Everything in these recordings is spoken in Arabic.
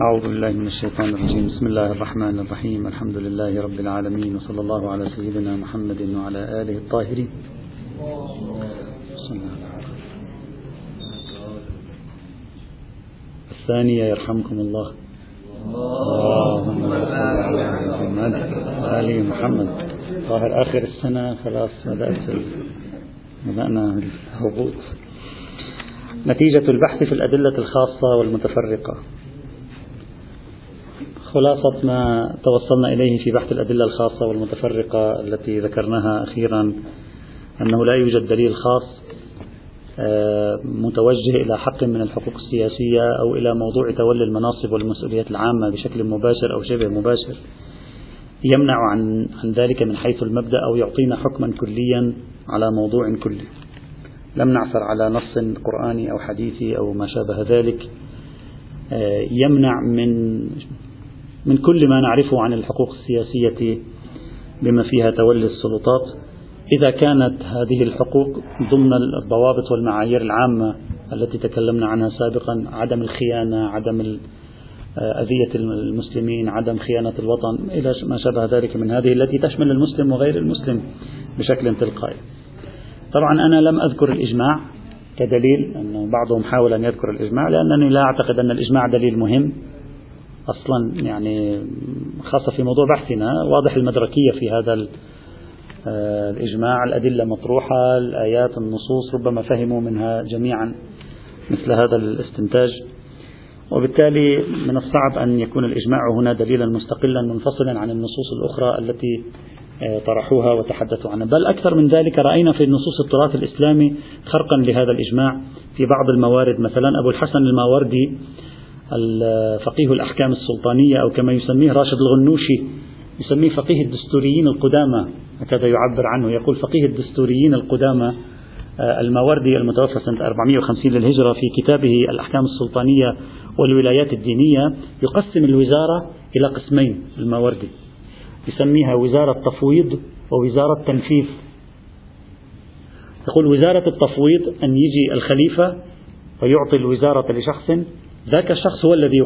أعوذ بالله من الشيطان الرجيم. بسم الله الرحمن الرحيم. الحمد لله رب العالمين، وصلى الله على سيدنا محمد وعلى آله الطاهرين. الثانية يرحمكم الله. اللهم صل على محمد وآل محمد. ظاهر آخر السنة خلاص بدأنا الهبوط. نتيجة البحث في الأدلة الخاصة والمتفرقة. خلاصة ما توصلنا إليه في بحث الأدلة الخاصة والمتفرقة التي ذكرناها أخيرا أنه لا يوجد دليل خاص متوجه إلى حق من الحقوق السياسية أو إلى موضوع تولي المناصب والمسؤوليات العامة بشكل مباشر أو شبه مباشر يمنع عن ذلك من حيث المبدأ أو يعطينا حكما كليا على موضوع كلي. لم نعثر على نص قرآني أو حديثي أو ما شابه ذلك يمنع من كل ما نعرفه عن الحقوق السياسية بما فيها تولي السلطات، إذا كانت هذه الحقوق ضمن الضوابط والمعايير العامة التي تكلمنا عنها سابقا: عدم الخيانة، عدم أذية المسلمين، عدم خيانة الوطن، إلى ما شابه ذلك من هذه التي تشمل المسلم وغير المسلم بشكل تلقائي. طبعا أنا لم أذكر الإجماع كدليل، أنه بعضهم حاول أن يذكر الإجماع، لأنني لا أعتقد أن الإجماع دليل مهم أصلا، يعني خاصة في موضوع بحثنا. واضح المدركية في هذا الإجماع، الأدلة مطروحة، الآيات، النصوص ربما فهموا منها جميعا مثل هذا الاستنتاج، وبالتالي من الصعب أن يكون الإجماع هنا دليلا مستقلا منفصلا عن النصوص الأخرى التي طرحوها وتحدثوا عنها. بل أكثر من ذلك، رأينا في النصوص التراث الإسلامي خرقا لهذا الإجماع في بعض الموارد. مثلا أبو الحسن الماوردي الفقيه الأحكام السلطانية، أو كما يسميه راشد الغنوشي يسميه فقيه الدستوريين القدامى، هكذا يعبر عنه، يقول فقيه الدستوريين القدامى الماوردي المتوفى سنة 450 للهجرة، في كتابه الأحكام السلطانية والولايات الدينية يقسم الوزارة إلى قسمين. الماوردي يسميها وزارة تفويض ووزارة تنفيذ. يقول وزارة التفويض أن يجي الخليفة ويعطي الوزارة لشخص، ذاك الشخص هو الذي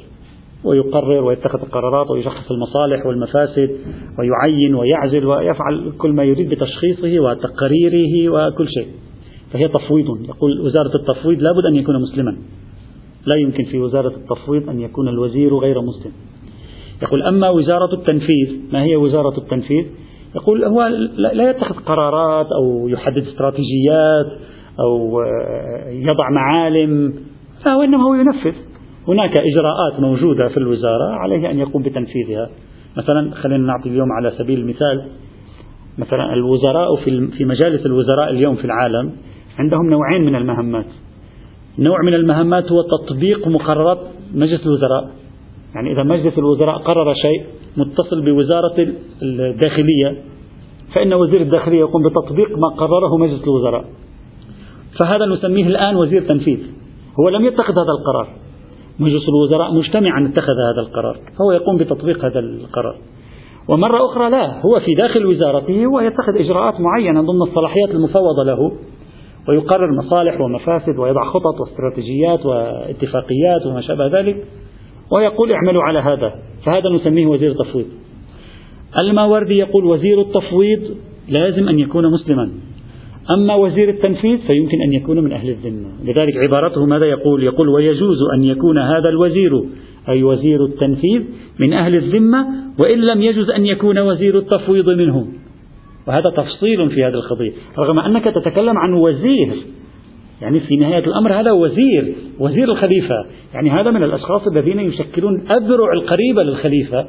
يقرر ويتخذ القرارات ويشخص المصالح والمفاسد ويعين ويعزل ويفعل كل ما يريد بتشخيصه وتقريره وكل شيء، فهي تفويض. يقول وزارة التفويض لابد أن يكون مسلما، لا يمكن في وزارة التفويض أن يكون الوزير غير مسلم. يقول أما وزارة التنفيذ، ما هي وزارة التنفيذ؟ يقول هو لا يتخذ قرارات أو يحدد استراتيجيات أو يضع معالم، فهو إنما هو ينفذ. هناك إجراءات موجودة في الوزارة عليه أن يقوم بتنفيذها. مثلا خلينا نعطي اليوم على سبيل المثال، مثلا الوزراء في مجالس الوزراء اليوم في العالم عندهم نوعين من المهمات. نوع من المهمات هو تطبيق مقررات مجلس الوزراء، يعني إذا مجلس الوزراء قرر شيء متصل بوزارة الداخلية، فإن وزير الداخلية يقوم بتطبيق ما قرره مجلس الوزراء، فهذا نسميه الآن وزير تنفيذ. هو لم يتخذ هذا القرار، مجلس الوزراء مجتمعا اتخذ هذا القرار، فهو يقوم بتطبيق هذا القرار. ومرة أخرى لا، هو في داخل وزارته ويتخذ إجراءات معينة ضمن الصلاحيات المفوضة له، ويقرر مصالح ومفاسد ويضع خطط واستراتيجيات واتفاقيات وما شابه ذلك، ويقول اعملوا على هذا، فهذا نسميه وزير تفويض. الماوردي يقول وزير التفويض لازم أن يكون مسلما، أما وزير التنفيذ فيمكن أن يكون من أهل الذمة. لذلك عبارته ماذا يقول ويجوز أن يكون هذا الوزير أي وزير التنفيذ من أهل الذمة، وإن لم يجوز أن يكون وزير التفويض منهم. وهذا تفصيل في هذه القضية، رغم أنك تتكلم عن وزير، يعني في نهاية الأمر هذا وزير الخليفة، يعني هذا من الأشخاص الذين يشكلون أذرع القريبة للخليفة.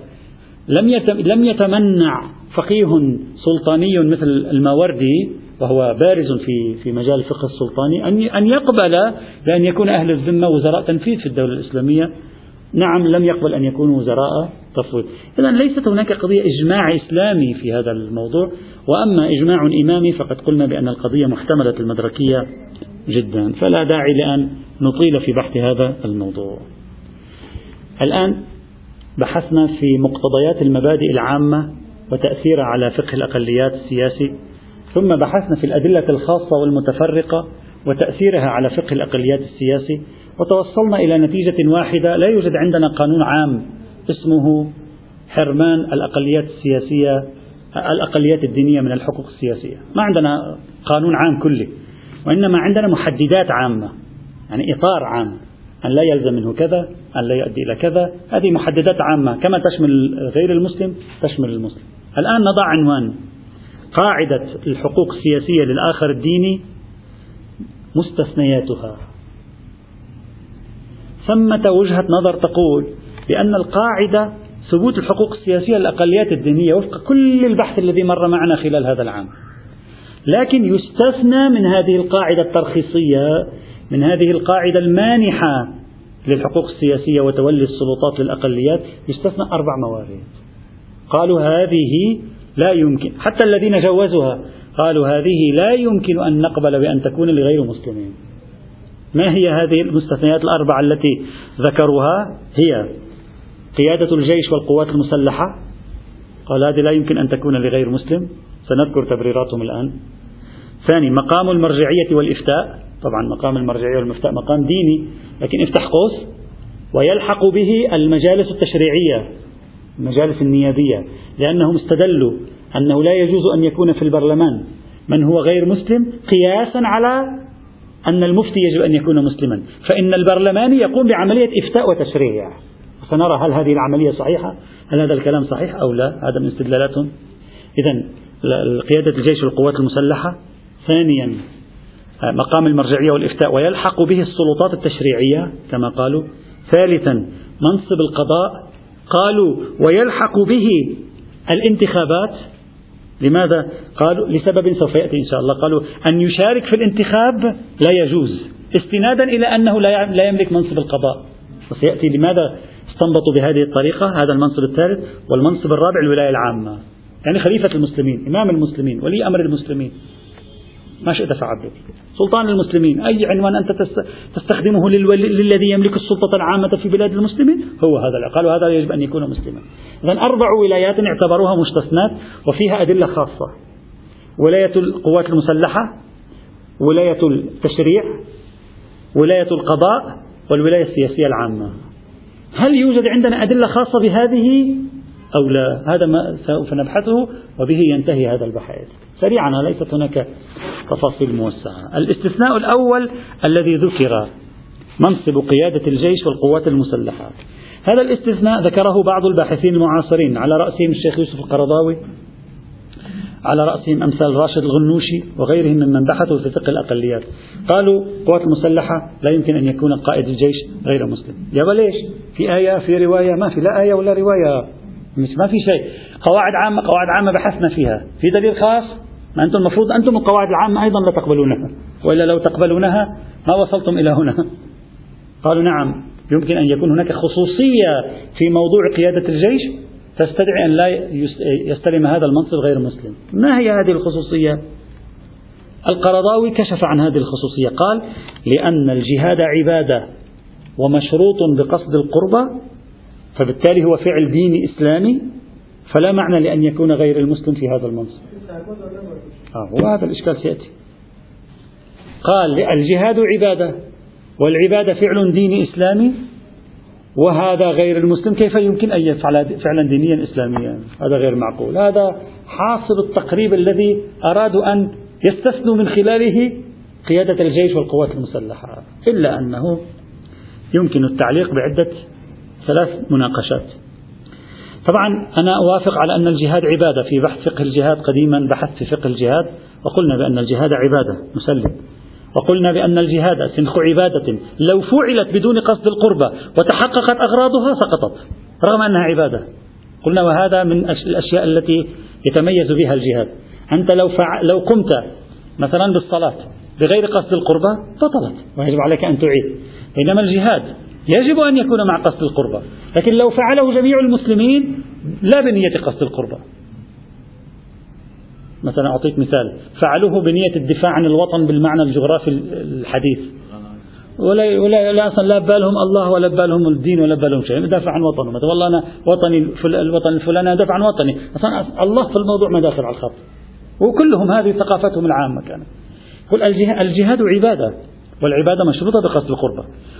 لم يتمنع فقيه سلطاني مثل الماوردي وهو بارز في مجال الفقه السلطاني أن يقبل بأن يكون أهل الذمة وزراء تنفيذ في الدولة الإسلامية. نعم، لم يقبل أن يكونوا وزراء تفويض. إذن ليست هناك قضية إجماع إسلامي في هذا الموضوع، وأما إجماع إمامي فقد قلنا بأن القضية محتملة المدركية جدا، فلا داعي لأن نطيل في بحث هذا الموضوع. الآن بحثنا في مقتضيات المبادئ العامة وتأثيرها على فقه الأقليات السياسي، ثم بحثنا في الأدلة الخاصة والمتفرقة وتأثيرها على فقه الأقليات السياسي، وتوصلنا إلى نتيجة واحدة: لا يوجد عندنا قانون عام اسمه حرمان الأقليات السياسية الأقليات الدينية من الحقوق السياسية. ما عندنا قانون عام كلي، وإنما عندنا محددات عامة، يعني إطار عام، أن لا يلزم منه كذا، أن لا يؤدي إلى كذا. هذه محددات عامة كما تشمل غير المسلم تشمل المسلم. الآن نضع عنوان: قاعدة الحقوق السياسية للآخر الديني مستثنياتها. ثمة وجهة نظر تقول بأن القاعدة ثبوت الحقوق السياسية للأقليات الدينية وفق كل البحث الذي مر معنا خلال هذا العام، لكن يستثنى من هذه القاعدة الترخيصية، من هذه القاعدة المانحة للحقوق السياسية وتولي السلطات للأقليات، يستثنى 4 موارد. قالوا هذه لا يمكن، حتى الذين جوزوها قالوا هذه لا يمكن أن نقبل بأن تكون لغير مسلمين. ما هي هذه المستثنيات ال4 التي ذكروها؟ هي قيادة الجيش والقوات المسلحة، قال هذه لا يمكن أن تكون لغير مسلم، سنذكر تبريراتهم الآن. ثاني، مقام المرجعية والإفتاء. طبعا مقام المرجعية والإفتاء مقام ديني، لكن افتح قوس: ويلحق به المجالس التشريعية، المجالس النيابية، لأنهم استدلوا أنه لا يجوز أن يكون في البرلمان من هو غير مسلم قياسا على أن المفتي يجب أن يكون مسلما، فإن البرلماني يقوم بعملية إفتاء وتشريع. سنرى هل هذه العملية صحيحة، هل هذا الكلام صحيح أو لا، هذا من استدلالاتهم. إذن قيادة الجيش والقوات المسلحة. ثانيا، مقام المرجعية والإفتاء ويلحق به السلطات التشريعية كما قالوا. ثالثا، منصب القضاء، قالوا ويلحق به الانتخابات. لماذا؟ قالوا لسبب سوف يأتي إن شاء الله. قالوا أن يشارك في الانتخاب لا يجوز، استنادا إلى أنه لا يملك منصب القضاء، وسيأتي لماذا استنبطوا بهذه الطريقة. هذا المنصب الثالث. والمنصب الرابع الولاية العامة، يعني خليفة المسلمين، إمام المسلمين، ولي أمر المسلمين، ما شئت فعبد، سلطان المسلمين، أي عنوان أنت تستخدمه للذي يملك السلطة العامة في بلاد المسلمين هو هذا. قالوا هذا يجب أن يكون مسلما. إذن 4 ولايات اعتبروها مستثنات وفيها أدلة خاصة: ولاية القوات المسلحة، ولاية التشريع، ولاية القضاء، والولاية السياسية العامة. هل يوجد عندنا أدلة خاصة بهذه أو لا؟ هذا ما سوف نبحثه، وبه ينتهي هذا البحث سريعا، ليست هناك تفاصيل موسعة. الاستثناء الأول الذي ذكر: منصب قيادة الجيش والقوات المسلحة. هذا الاستثناء ذكره بعض الباحثين المعاصرين، على رأسهم الشيخ يوسف القرضاوي، على رأسهم أمثال راشد الغنوشي وغيرهم ممن بحثوا في فقه الأقليات. قالوا القوات المسلحة لا يمكن أن يكون قائد الجيش غير مسلم. يا ليش؟ في آية، في رواية؟ ما في، لا آية ولا رواية، ما في شيء. قواعد عامة بحثنا فيها، في دليل خاص؟ ما أنتم المفروض أنتم القواعد العامة أيضا لا تقبلونها، وإلا لو تقبلونها ما وصلتم إلى هنا. قالوا نعم، يمكن أن يكون هناك خصوصية في موضوع قيادة الجيش تستدعي أن لا يستلم هذا المنصب غير مسلم. ما هي هذه الخصوصية؟ القرضاوي كشف عن هذه الخصوصية، قال: لأن الجهاد عبادة ومشروط بقصد القربة، فبالتالي هو فعل ديني إسلامي، فلا معنى لأن يكون غير المسلم في هذا المنصب. وهذا الإشكال سيأتي. قال: الجهاد عبادة، والعبادة فعل ديني إسلامي، وهذا غير المسلم كيف يمكن أن يفعل فعلا دينيا إسلاميا؟ هذا غير معقول. هذا حاصل التقريب الذي أرادوا أن يستثنوا من خلاله قيادة الجيش والقوات المسلحة، إلا أنه يمكن التعليق بعدة 3 مناقشات. طبعا أنا أوافق على أن الجهاد عبادة. في بحث فقه الجهاد قديما بحثت في فقه الجهاد، وقلنا بأن الجهاد عبادة مسلم، وقلنا بأن الجهاد سنخ عبادة لو فعلت بدون قصد القربة وتحققت أغراضها سقطت رغم أنها عبادة. قلنا وهذا من الأشياء التي يتميز بها الجهاد. أنت لو قمت مثلا بالصلاة بغير قصد القربة بطلت ويجب عليك أن تعيد، بينما الجهاد يجب أن يكون مع قصد القربة، لكن لو فعله جميع المسلمين لا بنية قصد القربة. مثلا أعطيك مثال: فعلوه بنية الدفاع عن الوطن بالمعنى الجغرافي الحديث، ولا أصلا لا بالهم الله ولا بالهم الدين ولا بالهم شيء، يدافع عن وطنه. مثلا والله أنا الوطن الفلاني أدافع عن وطني، أصلا الله في الموضوع ما داخل على الخط، وكلهم هذه ثقافتهم العامة كانت. قل الجهاد عبادة، والعبادة مشروطة بقصد القربة،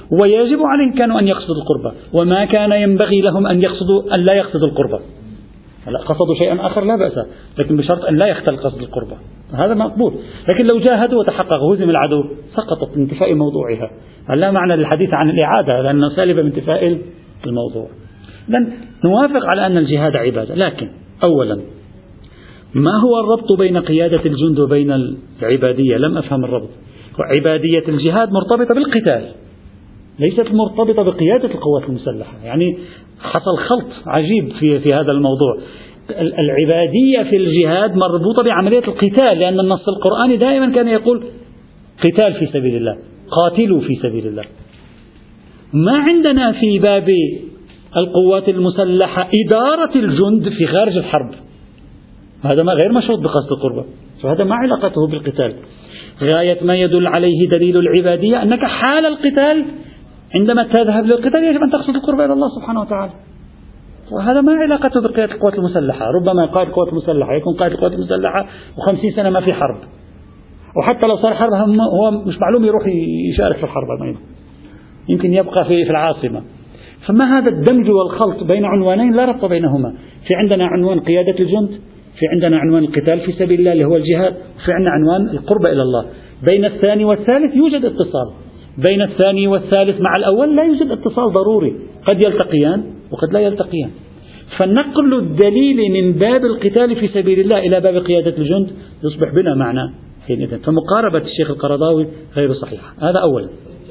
ويجب عليهم كانوا أن يقصدوا القربة، وما كان ينبغي لهم أن لا يقصدوا القربة. قصدوا شيئا آخر لا بأس، لكن بشرط أن لا يختل قصد القربة، هذا مقبول. لكن لو جاهدوا وتحققوا هزم العدو سقطت من انتفاء موضوعها. لا معنى للحديث عن الإعادة لأنه سالبة من انتفاء الموضوع. لن نوافق على أن الجهاد عبادة، لكن أولا ما هو الربط بين قيادة الجند وبين العبادية؟ لم أفهم الربط. عبادية الجهاد مرتبطة بالقتال، ليست مرتبطة بقيادة القوات المسلحة. يعني حصل خلط عجيب في هذا الموضوع. العبادية في الجهاد مربوطة بعملية القتال، لأن النص القرآني دائما كان يقول قتال في سبيل الله، قاتلوا في سبيل الله. ما عندنا في باب القوات المسلحة إدارة الجند في خارج الحرب، هذا ما غير مشروط بقصد القربة، فهذا ما علاقته بالقتال. غاية ما يدل عليه دليل العبادية أنك حال القتال عندما تذهب للقتال يجب أن تقصد القربة إلى الله سبحانه وتعالى، وهذا ما علاقته بقيادة القوات المسلحة. ربما قائد القوات المسلحة يكون قائد القوات المسلحة و50 سنة ما في حرب، وحتى لو صار حرب هو مش معلوم يروح يشارك في الحرب، يمكن يبقى في العاصمة. فما هذا الدمج والخلط بين عنوانين لا ربط بينهما؟ في عندنا عنوان قيادة الجند، في عندنا عنوان القتال في سبيل الله اللي هو الجهاد، وفي عندنا عنوان القربة إلى الله. بين الثاني والثالث يوجد اتصال، بين الثاني والثالث مع الأول لا يوجد اتصال ضروري، قد يلتقيان وقد لا يلتقيان. فنقل الدليل من باب القتال في سبيل الله إلى باب قيادة الجند يصبح بلا معنى حينئذ. فمقاربة الشيخ القرضاوي غير صحيحة، هذا أولا.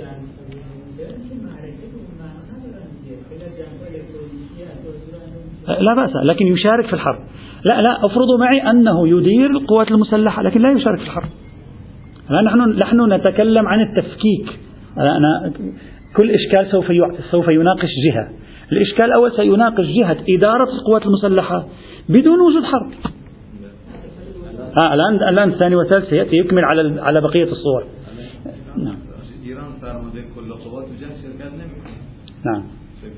لا بأس، لكن يشارك في الحرب. لا أفرضوا معي أنه يدير القوات المسلحة لكن لا يشارك في الحرب. نحن نتكلم عن التفكيك. كل إشكال سوف يناقش جهة. الإشكال الأول سيناقش جهة إدارة القوات المسلحة بدون وجود حرب. الآن الثاني والثالث سيأتي يكمل على بقية الصور. نعم. نعم.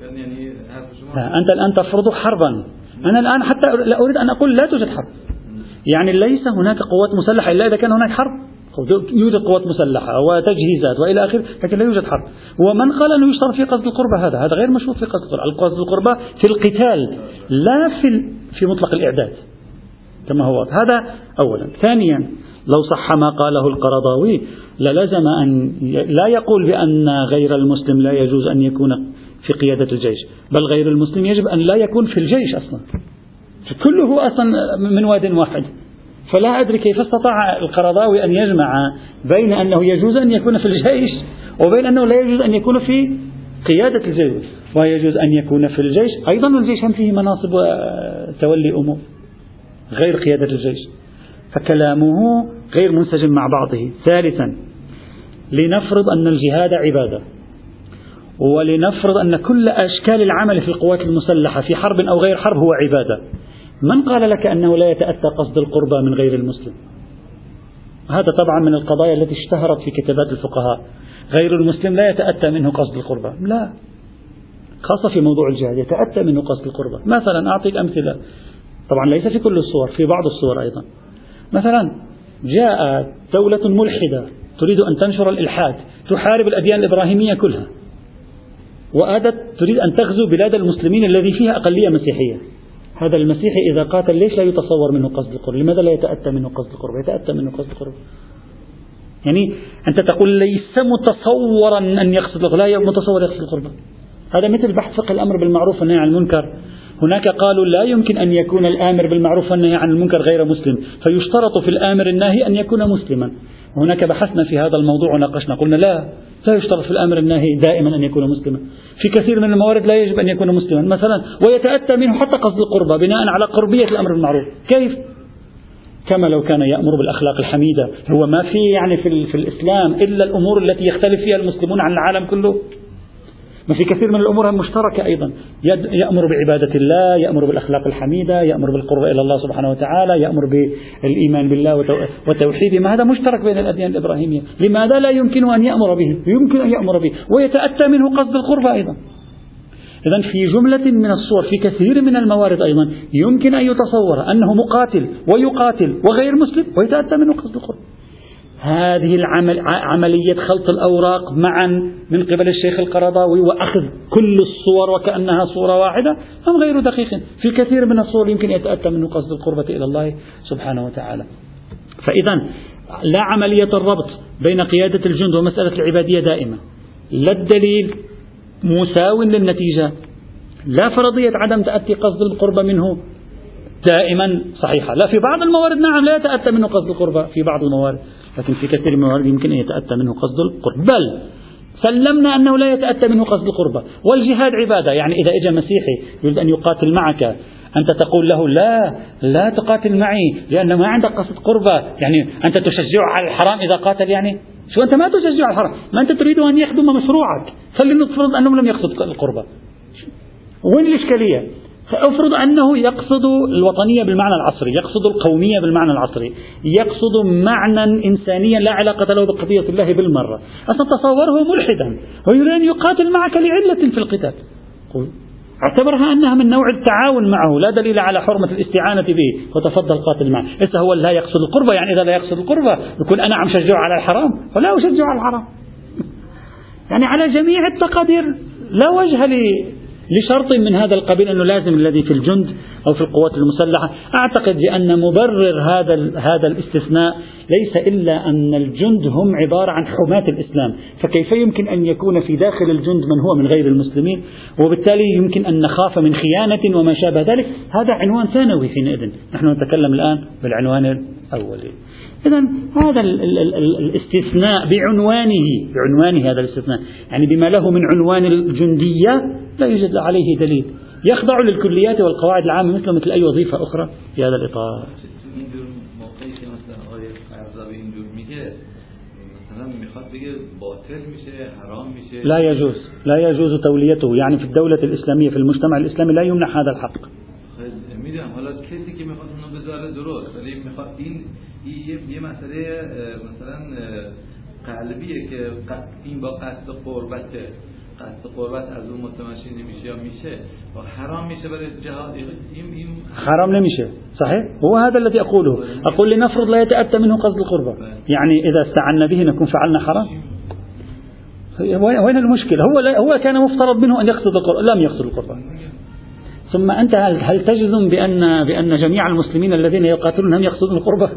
أنت الآن تفرض حربا، أنا الآن حتى لا أريد أن أقول لا توجد حرب. يعني ليس هناك قوات مسلحة إلا إذا كان هناك حرب. يوجد قوات مسلحة وتجهيزات وإلى آخره، لكن لا يوجد حرب. ومن قال أنه يشترط في قصد القربة هذا غير مشروط في قصد القربة. قصد القربة في القتال لا في مطلق الإعداد كما هو. هذا أولا. ثانيا، لو صح ما قاله القرضاوي للزم أن لا يقول بأن غير المسلم لا يجوز أن يكون في قيادة الجيش، بل غير المسلم يجب أن لا يكون في الجيش أصلا، كله أصلا من واد واحد. فلا أدري كيف استطاع القرضاوي أن يجمع بين أنه يجوز أن يكون في الجيش وبين أنه لا يجوز أن يكون في قيادة الجيش. ويجوز أن يكون في الجيش أيضا، الجيش هم فيه مناصب وتولي أمور غير قيادة الجيش، فكلامه غير منسجم مع بعضه. ثالثا، لنفرض أن الجهاد عبادة، ولنفرض أن كل أشكال العمل في القوات المسلحة في حرب أو غير حرب هو عبادة، من قال لك أنه لا يتأتى قصد القربة من غير المسلم؟ هذا طبعا من القضايا التي اشتهرت في كتابات الفقهاء. غير المسلم لا يتأتى منه قصد القربة، لا، خاصة في موضوع الجهاد يتأتى منه قصد القربة. مثلا أعطيك أمثلة، طبعا ليس في كل الصور، في بعض الصور أيضا. مثلا جاء دولة ملحدة تريد أن تنشر الإلحاد، تحارب الأديان الإبراهيمية كلها، وأتت تريد أن تغزو بلاد المسلمين الذي فيها أقلية مسيحية. هذا المسيحي إذا قاتل ليش لا يتصور منه قصد القرب؟ لماذا لا يتأتى منه قصد القرب؟ يتأتى منه قصد القرب. يعني أنت تقول ليس متصورا أن يقصد القرب، لا متصور يقصد القرب. هذا مثل بحث فقه الأمر بالمعروف والنهي عن المنكر. هناك قالوا لا يمكن أن يكون الآمر بالمعروف والنهي عن المنكر غير مسلم، فيشترط في الآمر الناهي أن يكون مسلما. هناك بحثنا في هذا الموضوع وناقشنا، قلنا لا يشترط في الآمر الناهي دائما أن يكون مسلما. في كثير من الموارد لا يجب أن يكون مسلما مثلا، ويتأتى منه حتى قصد القربة بناء على قربية الأمر بالمعروف. كيف؟ كما لو كان يأمر بالأخلاق الحميدة. هو ما في يعني في الإسلام إلا الأمور التي يختلف فيها المسلمون عن العالم كله، ما في كثير من الأمور مشتركة أيضا. يأمر بعبادة الله، يأمر بالأخلاق الحميدة، يأمر بالقرب إلى الله سبحانه وتعالى، يأمر بالإيمان بالله وتوحيده. ما هذا مشترك بين الأديان الإبراهيمية. لماذا لا يمكن أن يأمر به؟ يمكن أن يأمر به ويتأتى منه قصد القرب أيضا. إذن في جملة من الصور في كثير من الموارد أيضا يمكن أن يتصور أنه مقاتل ويقاتل وغير مسلم ويتأتى منه قصد القرب. هذه عملية خلط الأوراق معا من قبل الشيخ القرضاوي وأخذ كل الصور وكأنها صورة واحدة هم غير دقيق. في كثير من الصور يمكن يتأتى منه قصد القربة إلى الله سبحانه وتعالى. فإذا لا عملية الربط بين قيادة الجند ومسألة العبادية دائمة، لا الدليل مساو للنتيجة، لا فرضية عدم تأتي قصد القربة منه دائما صحيحة، لا في بعض الموارد نعم لا يتأتى منه قصد القربة في بعض الموارد، لكن في كثير من الموارد يمكن أن يتأتى منه قصد القربة، بل سلمنا أنه لا يتأتى منه قصد القربة. والجهاد عبادة، يعني إذا إجا مسيحي يريد أن يقاتل معك أنت تقول له لا تقاتل معي لأن ما عندك قصد قربة، يعني أنت تشجعه على الحرام إذا قاتل، يعني شو أنت ما تشجع على الحرام، ما أنت تريد أن يخدم مشروعك، خلينا نفرض أنه لم يقصد القربة، وين الإشكالية؟ أفرض أنه يقصد الوطنية بالمعنى العصري، يقصد القومية بالمعنى العصري، يقصد معنى إنسانيا لا علاقة له بقضية الله بالمرة، أصلا تصوره ملحدا ويريد أن يقاتل معك لعلة في القتال، اعتبرها أنها من نوع التعاون معه، لا دليل على حرمة الاستعانة به وتفضل قاتل معه. إذا هو لا يقصد القربة، يعني إذا لا يقصد القربة يكون أنا عم شجعه على الحرام ولا أشجعه على الحرام. يعني على جميع التقادير لا وجه لشرط من هذا القبيل أنه لازم الذي في الجند أو في القوات المسلحة. أعتقد بأن مبرر هذا الاستثناء ليس إلا أن الجند هم عبارة عن حماة الإسلام، فكيف يمكن أن يكون في داخل الجند من هو من غير المسلمين، وبالتالي يمكن أن نخاف من خيانة وما شابه ذلك. هذا عنوان ثانوي حينئذ، نحن نتكلم الآن بالعنوان الأولي. إذا هذا الاستثناء بعنوانه هذا الاستثناء، يعني بما له من عنوان الجندية لا يوجد عليه دليل، يخضع للكليات والقواعد العامة مثل أي وظيفة أخرى في هذا الإطار. لا يجوز توليته، يعني في الدولة الإسلامية في المجتمع الإسلامي لا يمنح هذا الحق. یه مسئله مثلا قلبیه که این با قصد قربت از اون متماشی نمیشه یا میشه و حرام میشه برای جهاد، این حرام نمیشه. صحيح، هو هذا الذي أقول لنفرض لا يتأتى منه قصد القربة، يعني إذا استعنا به نكون فعلنا حرام. وين المشكلة؟ هو كان مفترض منه أن يقصد القربة، لم يقصد القربة. ثم أنت هل تجزم بأن جميع المسلمين الذين يقاتلون هم يقصدون القربة؟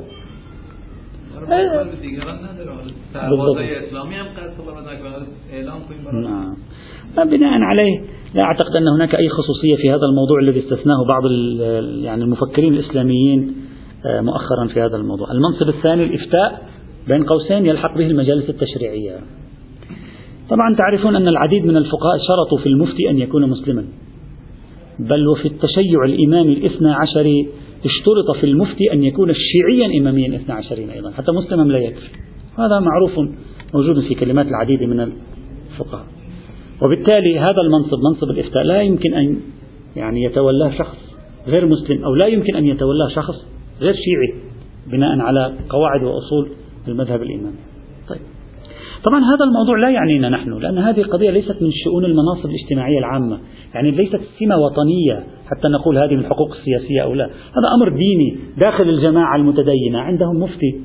بناء عليه لا أعتقد أن هناك أي خصوصية في هذا الموضوع الذي استثناه بعض يعني المفكرين الإسلاميين مؤخرا في هذا الموضوع. المنصب الثاني الإفتاء بين قوسين يلحق به المجالس التشريعية. طبعا تعرفون أن العديد من الفقهاء شرطوا في المفتي أن يكون مسلما، بل وفي التشيع الإمامي الاثنى عشري اشترط في المفتي أن يكون شيعيا إماميا 12 أيضا، حتى مسلما لا يكفي. هذا معروف موجود في كلمات العديد من الفقهاء. وبالتالي هذا المنصب، منصب الإفتاء، لا يمكن أن يعني يتولاه شخص غير مسلم، أو لا يمكن أن يتولاه شخص غير شيعي بناء على قواعد وأصول المذهب الإمامي. طيب، طبعا هذا الموضوع لا يعنينا نحن، لأن هذه القضية ليست من شؤون المناصب الاجتماعية العامة، يعني ليست سمة وطنية حتى نقول هذه من الحقوق السياسية أو لا. هذا أمر ديني داخل الجماعة المتدينة عندهم مفتي،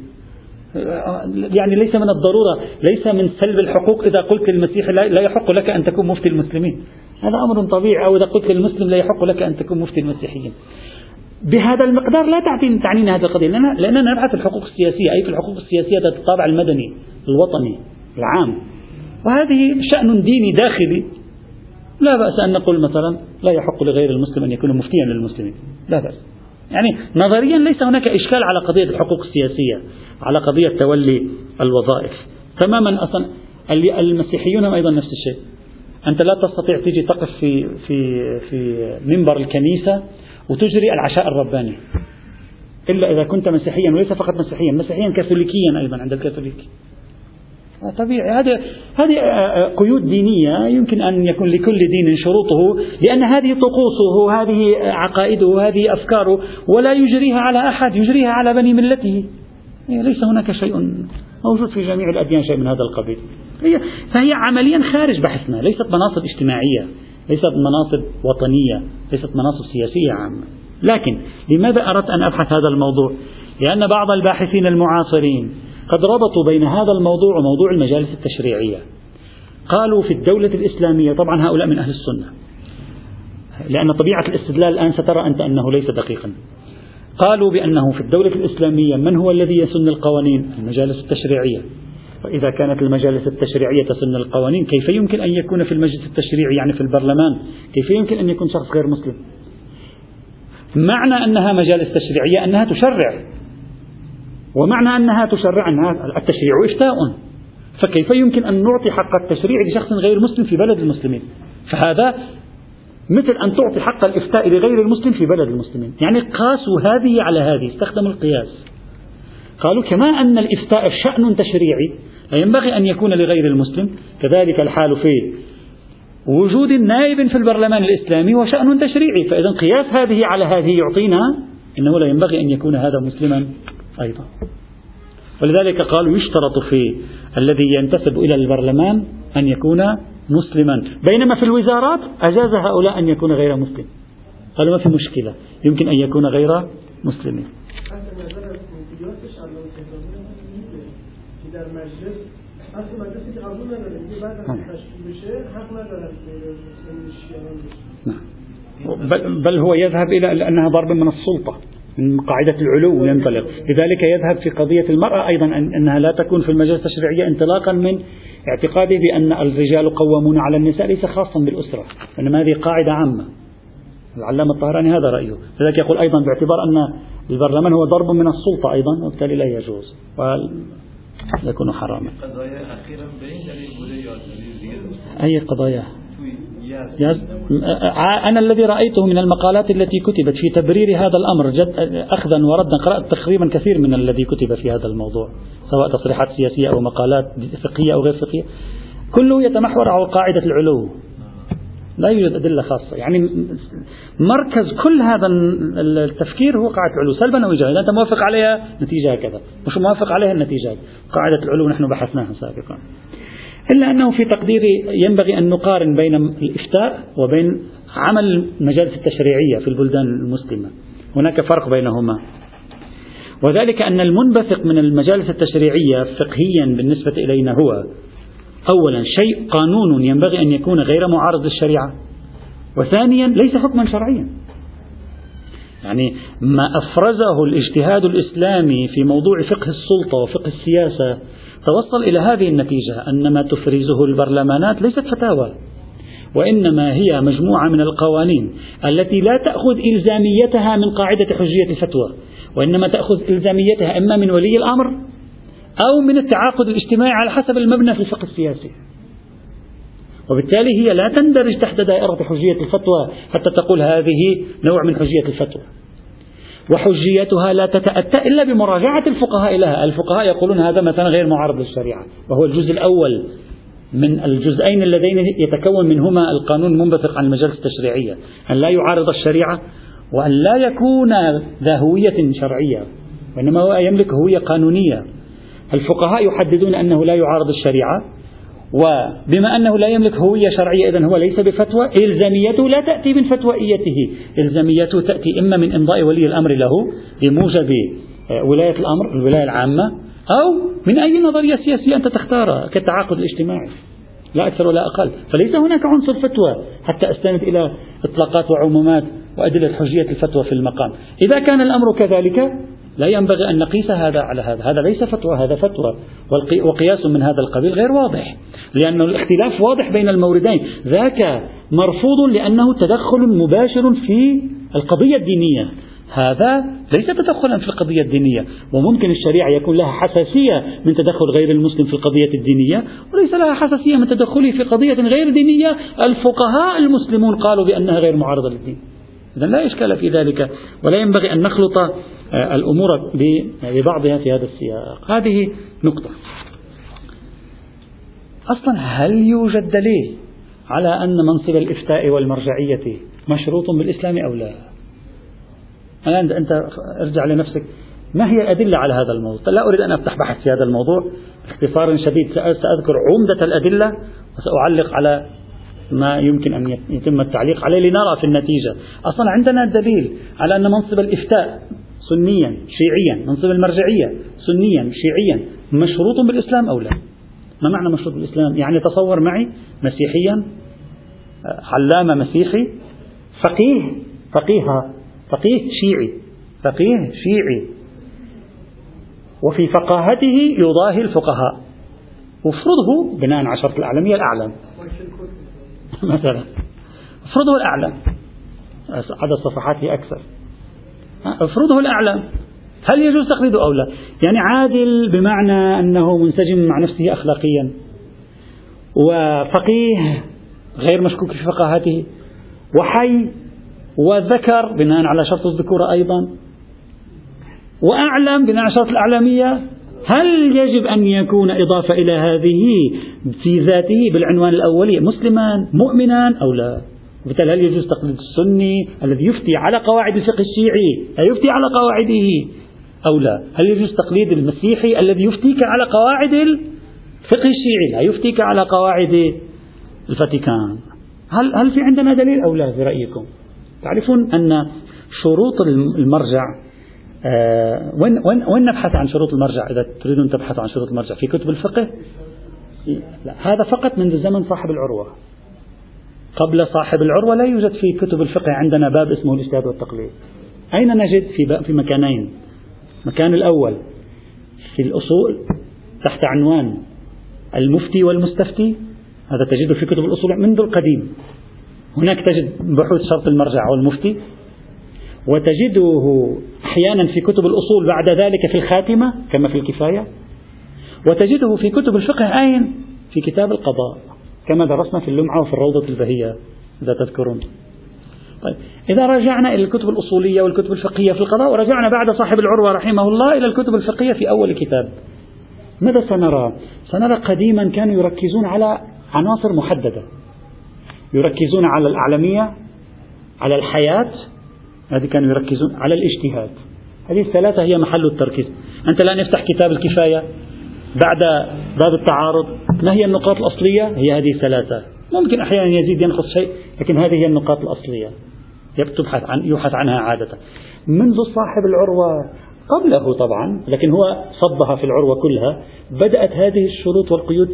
يعني ليس من الضرورة، ليس من سلب الحقوق إذا قلت للمسيحي لا يحق لك أن تكون مفتي المسلمين، هذا أمر طبيعي، أو إذا قلت للمسلم لا يحق لك أن تكون مفتي المسيحيين. بهذا المقدار لا تعنينا هذه القضية، لأننا نبحث في الحقوق السياسية، أي في الحقوق السياسية ذات الطابع المدني الوطني العام، وهذه شأن ديني داخلي. لا بأس أن نقول مثلا لا يحق لغير المسلم أن يكون مفتيا للمسلمين، لا بأس. يعني نظريا ليس هناك إشكال على قضية الحقوق السياسية، على قضية تولي الوظائف تماما. أصلا المسيحيون أيضا نفس الشيء. أنت لا تستطيع تيجي تقف في منبر الكنيسة وتجري العشاء الرباني إلا إذا كنت مسيحيا، وليس فقط مسيحيا كاثوليكيا أيضا عند الكاثوليك. طبيعي، هذه قيود دينية يمكن أن يكون لكل دين شروطه، لأن هذه طقوسه، هذه عقائده، هذه أفكاره، ولا يجريها على أحد، يجريها على بني ملته. ليس هناك شيء موجود في جميع الأديان شيء من هذا القبيل. فهي عمليا خارج بحثنا، ليست مناصب اجتماعية، ليست مناصب وطنية، ليست مناصب سياسية عامة. لكن لماذا أردت أن أبحث هذا الموضوع؟ لأن بعض الباحثين المعاصرين قد ربطوا بين هذا الموضوع وموضوع المجالس التشريعية. قالوا في الدولة الإسلامية، طبعا هؤلاء من أهل السنة، لأن طبيعة الاستدلال الآن سترى أنت أنه ليس دقيقا. قالوا بأنه في الدولة الإسلامية من هو الذي يسن القوانين؟ المجالس التشريعية. وإذا كانت المجالس التشريعية تسن القوانين، كيف يمكن أن يكون في المجلس التشريعي يعني في البرلمان كيف يمكن أن يكون شخص غير مسلم؟ معنى أنها مجالس تشريعية أنها تشرع، ومعنى أنها تشرع أنها التشريع إفتاء، فكيف يمكن أن نعطي حق التشريع لشخص غير مسلم في بلد المسلمين؟ فهذا مثل أن تعطي حق الإفتاء لغير المسلم في بلد المسلمين. يعني قاسوا هذه على هذه، استخدموا القياس. قالوا كما أن الإفتاء شأن تشريعي لا ينبغي أن يكون لغير المسلم، كذلك الحال في وجود النائب في البرلمان الإسلامي وشأن تشريعي. فإذا قياس هذه على هذه يعطينا أنه لا ينبغي أن يكون هذا مسلما أيضا. ولذلك قالوا يشترط في الذي ينتسب إلى البرلمان أن يكون مسلما، بينما في الوزارات أجاز هؤلاء أن يكون غير مسلم. قالوا ما في مشكلة، يمكن أن يكون غير مسلم. بل هو يذهب إلى أنها ضرب من السلطة، من قاعدة العلو ينطلق. لذلك يذهب في قضية المرأة أيضا أنها لا تكون في المجالس التشريعية انطلاقا من اعتقاده بأن الرجال قوامون على النساء، ليس خاصا بالأسرة، وإنما هذه قاعدة عامة. العلامة الطهراني هذا رأيه. لذلك يقول أيضا باعتبار أن البرلمان هو ضرب من السلطة أيضا، وبالتالي لا يجوز ويكون حراما. أي قضايا؟ أنا الذي رأيته من المقالات التي كتبت في تبرير هذا الأمر أخذا وردا، قرأت تقريبا كثير من الذي كتب في هذا الموضوع، سواء تصريحات سياسية أو مقالات فقهية أو غير فقهية، كله يتمحور على قاعدة العلو، لا يوجد أدلة خاصة. يعني مركز كل هذا التفكير هو قاعدة العلو، سلبا أو إيجابا. إذا أنت موافق عليها نتيجة هكذا، مش موافق عليها النتيجة. قاعدة العلو نحن بحثناها سابقا. إلا أنه في تقديري ينبغي أن نقارن بين الإفتاء وبين عمل المجالس التشريعية في البلدان المسلمة. هناك فرق بينهما، وذلك أن المنبثق من المجالس التشريعية فقهيا بالنسبة إلينا هو أولا شيء قانون ينبغي أن يكون غير معارض للشريعة، وثانيا ليس حكما شرعيا. يعني ما أفرزه الاجتهاد الإسلامي في موضوع فقه السلطة وفقه السياسة توصل إلى هذه النتيجة، أن ما تفرزه البرلمانات ليست فتاوى، وإنما هي مجموعة من القوانين التي لا تأخذ إلزاميتها من قاعدة حجية الفتوى، وإنما تأخذ إلزاميتها إما من ولي الأمر أو من التعاقد الاجتماعي على حسب المبنى في الفقه السياسي. وبالتالي هي لا تندرج تحت دائرة حجية الفتوى حتى تقول هذه نوع من حجية الفتوى، وحجيتها لا تتأتى إلا بمراجعة الفقهاء لها. الفقهاء يقولون هذا مثلا غير معارض للشريعة، وهو الجزء الأول من الجزئين اللذين يتكون منهما القانون المنبثق عن المجالس التشريعية، أن لا يعارض الشريعة، وأن لا يكون ذا هوية شرعية، وإنما هو يملك هوية قانونية. الفقهاء يحددون أنه لا يعارض الشريعة، وبما أنه لا يملك هوية شرعية إذن هو ليس بفتوى. إلزاميته لا تأتي من فتوائيته، إلزاميته تأتي إما من إمضاء ولي الأمر له بموجب ولاية الأمر الولاية العامة، أو من أي نظرية سياسية أنت تختارها كالتعاقد الاجتماعي، لا أكثر ولا أقل. فليس هناك عنصر فتوى حتى أستند إلى إطلاقات وعمومات وأدلة حجية الفتوى في المقام. إذا كان الأمر كذلك لا ينبغي أن نقيس هذا على هذا، هذا ليس فتوى، هذا فتوى، وقياس من هذا القبيل غير واضح، لأن الاختلاف واضح بين الموردين. ذاك مرفوض لأنه تدخل مباشر في القضية الدينية، هذا ليس تدخلا في القضية الدينية. وممكن الشريعة يكون لها حساسية من تدخل غير المسلم في القضية الدينية، وليس لها حساسية من تدخله في قضية غير دينية الفقهاء المسلمون قالوا بأنها غير معارضة للدين. إذن لا إشكال في ذلك، ولا ينبغي أن نخلط الأمور ببعضها في هذا السياق. هذه نقطة. أصلا هل يوجد دليل على أن منصب الإفتاء والمرجعية مشروط بالإسلام أو لا؟ الآن أنت ارجع لنفسك، ما هي الأدلة على هذا الموضوع؟ لا أريد أن أفتح بحث في هذا الموضوع، باختصار شديد سأذكر عمدة الأدلة وسأعلق على ما يمكن أن يتم التعليق عليه لنرى في النتيجة. أصلا عندنا دليل على أن منصب الإفتاء سنيا شيعيا، منصب المرجعية سنيا شيعيا، مشروط بالإسلام أو لا؟ ما معنى مشروط بالإسلام؟ يعني تصور معي مسيحيا، علامة مسيحي، فقيه شيعي وفي فقاهته يضاهي الفقهاء، وافرضه بناء على شرط الأعلمية الأعلم مثلا، افرضه الأعلم، عدد صفحاته أكثر، افرضه الأعلم، هل يجوز تقليده أو لا؟ يعني عادل بمعنى أنه منسجم مع نفسه أخلاقيا، وفقيه غير مشكوك في فقاهته، وحي وذكر بناء على شرط الذكورة أيضا، وأعلم بناء على شرط الأعلمية. هل يجب أن يكون إضافة إلى هذه في ذاته بالعنوان الأولي مسلما مؤمنا أو لا؟ وبالتالي هل يجوز تقليد السني الذي يفتي على قواعد الفقه الشيعي لا يفتي على قواعده أو لا؟ هل يجوز تقليد المسيحي الذي يفتيك على قواعد الفقه الشيعي لا يفتيك على قواعد الفاتيكان؟ هل في عندنا دليل أو لا في رأيكم؟ تعرفون أن شروط المرجع، وين نبحث عن شروط المرجع؟ إذا تريدون تبحثوا عن شروط المرجع في كتب الفقه؟ لا، هذا فقط منذ زمن صاحب العروة. قبل صاحب العروة لا يوجد في كتب الفقه عندنا باب اسمه الاجتهاد والتقليد. أين نجد؟ في مكانين. المكان الأول في الأصول تحت عنوان المفتي والمستفتي، هذا تجده في كتب الأصول منذ القديم. هناك تجد بحوث شرط المرجع والمفتي، وتجده أحيانا في كتب الأصول بعد ذلك في الخاتمة كما في الكفاية، وتجده في كتب الفقه أين؟ في كتاب القضاء كما درسنا في اللمعة وفي الروضة البهية إذا تذكرون. طيب، إذا رجعنا إلى الكتب الأصولية والكتب الفقهية في القضاء، ورجعنا بعد صاحب العروة رحمه الله إلى الكتب الفقهية في أول كتاب، ماذا سنرى؟ سنرى قديما كانوا يركزون على عناصر محددة، يركزون على الأعلمية، على الحياة، هذه كانوا يركزون على الاجتهاد. هذه الثلاثة هي محل التركيز. أنت الآن افتح كتاب الكفاية بعد باب التعارض، ما هي النقاط الأصلية؟ هي هذه الثلاثة، ممكن أحيانا يزيد ينقص شيء، لكن هذه هي النقاط الأصلية يبحث عنها عادة. منذ صاحب العروة قبله طبعا، لكن هو صبها في العروة كلها، بدأت هذه الشروط والقيود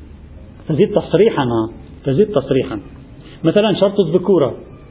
تزيد تصريحا. مثلا شرط الذكورة،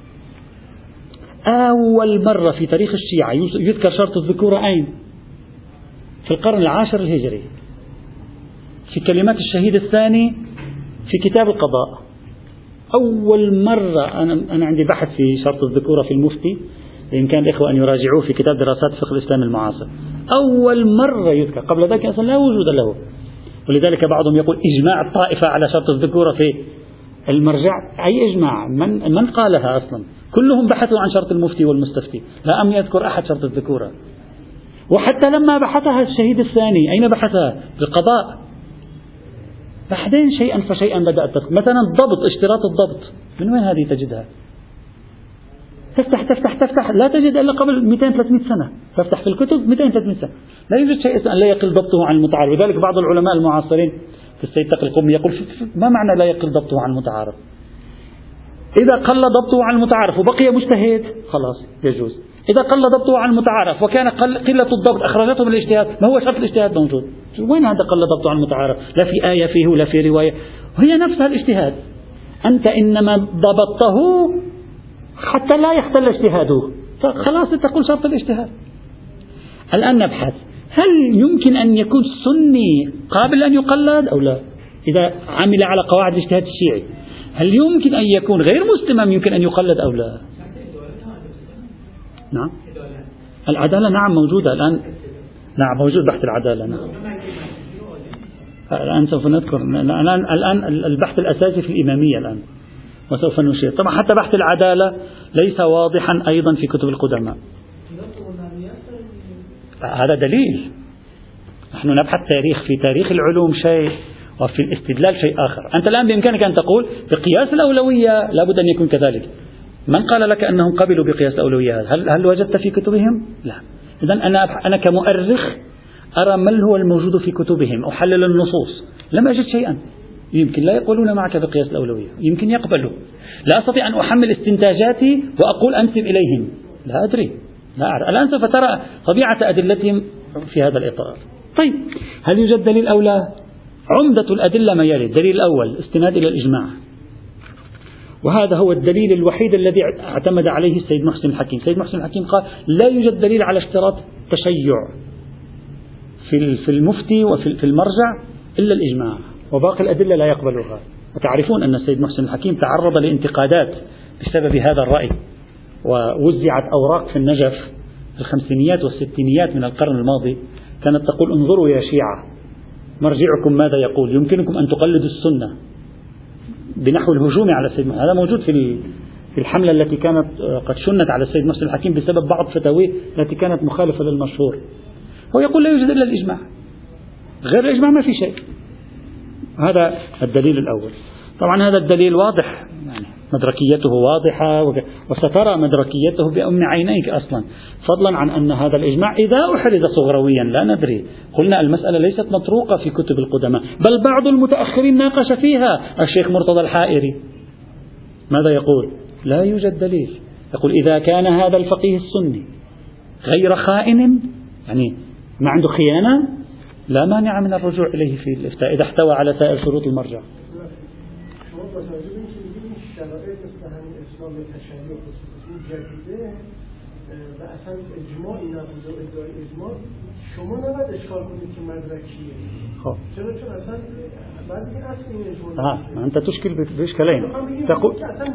أول مرة في تاريخ الشيعة يذكر شرط الذكورة أين؟ في القرن العاشر الهجري، في كلمات الشهيد الثاني في كتاب القضاء. أول مرة أنا عندي بحث في شرط الذكورة في المفتي، بإمكان الإخوة أن يراجعوه في كتاب دراسات فقه الإسلام المعاصر. أول مرة يذكر، قبل ذلك أصلا لا وجود له. ولذلك بعضهم يقول إجماع الطائفة على شرط الذكورة في المرجع. أي إجماع؟ من قالها أصلا؟ كلهم بحثوا عن شرط المفتي والمستفتي، لا أم يذكر أحد شرط الذكورة. وحتى لما بحثها الشهيد الثاني أين بحثها؟ في القضاء. بعدين شيئا فشيئا بدأت تدخل. مثلا الضبط، اشتراط الضبط، من وين هذه تجدها؟ تفتح لا تجد إلا قبل 200-300 سنة. تفتح في الكتب 200-300 سنة لا يوجد شيء لا يقل ضبطه عن المتعارف. لذلك بعض العلماء المعاصرين في السيد تقي القومي يقول ما معنى لا يقل ضبطه عن المتعارف؟ إذا قل ضبطه عن المتعارف وبقي مجتهد خلاص يجوز. إذا قل ضبطه عن المتعارف وكان قلة الضبط أخرجته من الاجتهاد، ما هو شرط الاجتهاد موجود؟ وين هذا قل ضبطه عن المتعارف؟ لا في آية فيه ولا في رواية، وهي نفسها الاجتهاد. أنت إنما ضبطته حتى لا يختل اجتهاده، فخلاص تقول شرط الاجتهاد. الآن نبحث هل يمكن أن يكون السني قابل أن يقلد أو لا؟ إذا عمل على قواعد الاجتهاد الشيعي، هل يمكن أن يكون غير مسلم يمكن أن يقلد أو لا؟ نعم، العدالة نعم موجودة الآن، نعم موجود بحث العدالة. نعم الآن سوف نذكر الآن البحث الأساسي في الإمامية الآن، وسوف نشير. طبعا حتى بحث العدالة ليس واضحا أيضا في كتب القدماء. هذا دليل. نحن نبحث تاريخ، في تاريخ العلوم شيء وفي الاستدلال شيء آخر. أنت الآن بإمكانك أن تقول بقياس الأولوية لابد أن يكون كذلك. من قال لك أنهم قبلوا بقياس الأولوية؟ هل وجدت في كتبهم؟ لا. إذن أنا كمؤرخ أرى ما هو الموجود في كتبهم، أحلل النصوص، لم أجد شيئا. يمكن لا يقولون معك بقياس الأولوية، يمكن يقبلوا. لا أستطيع أن أحمل استنتاجاتي وأقول أنسب إليهم، لا أدري. لا أعرف. الآن سوف ترى طبيعة أدلتهم في هذا الإطار. طيب هل يوجد دليل أو لا؟ عمدة الأدلة ما يلي: الدليل الأول استناد إلى الإجماع، وهذا هو الدليل الوحيد الذي اعتمد عليه السيد محسن الحكيم. السيد محسن الحكيم قال لا يوجد دليل على اشتراط تشيع في المفتي وفي المرجع إلا الإجماع، وباقي الأدلة لا يقبلها. وتعرفون أن السيد محسن الحكيم تعرض لانتقادات بسبب هذا الرأي، ووزعت أوراق في النجف في الخمسينيات والستينيات من القرن الماضي كانت تقول: انظروا يا شيعة، مرجعكم ماذا يقول، يمكنكم أن تقلدوا السنة، بنحو الهجوم على السيد محسن. هذا موجود في الحملة التي كانت قد شنت على السيد محسن الحكيم بسبب بعض فتاويه التي كانت مخالفة للمشهور. هو يقول لا يوجد إلا الإجماع، غير الإجماع ما في شيء. هذا الدليل الأول. طبعا هذا الدليل واضح، يعني مدركيته واضحة، وسترى مدركيته بأم عينيك أصلا، فضلا عن أن هذا الإجماع إذا أحرز صغرويا لا ندري. قلنا المسألة ليست مطروقة في كتب القدماء، بل بعض المتأخرين ناقش فيها. الشيخ مرتضى الحائري ماذا يقول؟ لا يوجد دليل. يقول إذا كان هذا الفقيه السني غير خائن، يعني ما عنده خيانة، لا مانع من الرجوع إليه في الإفتاء إذا احتوى على سائر شروط المرجع. أنت تشكل بإشكالين. تقول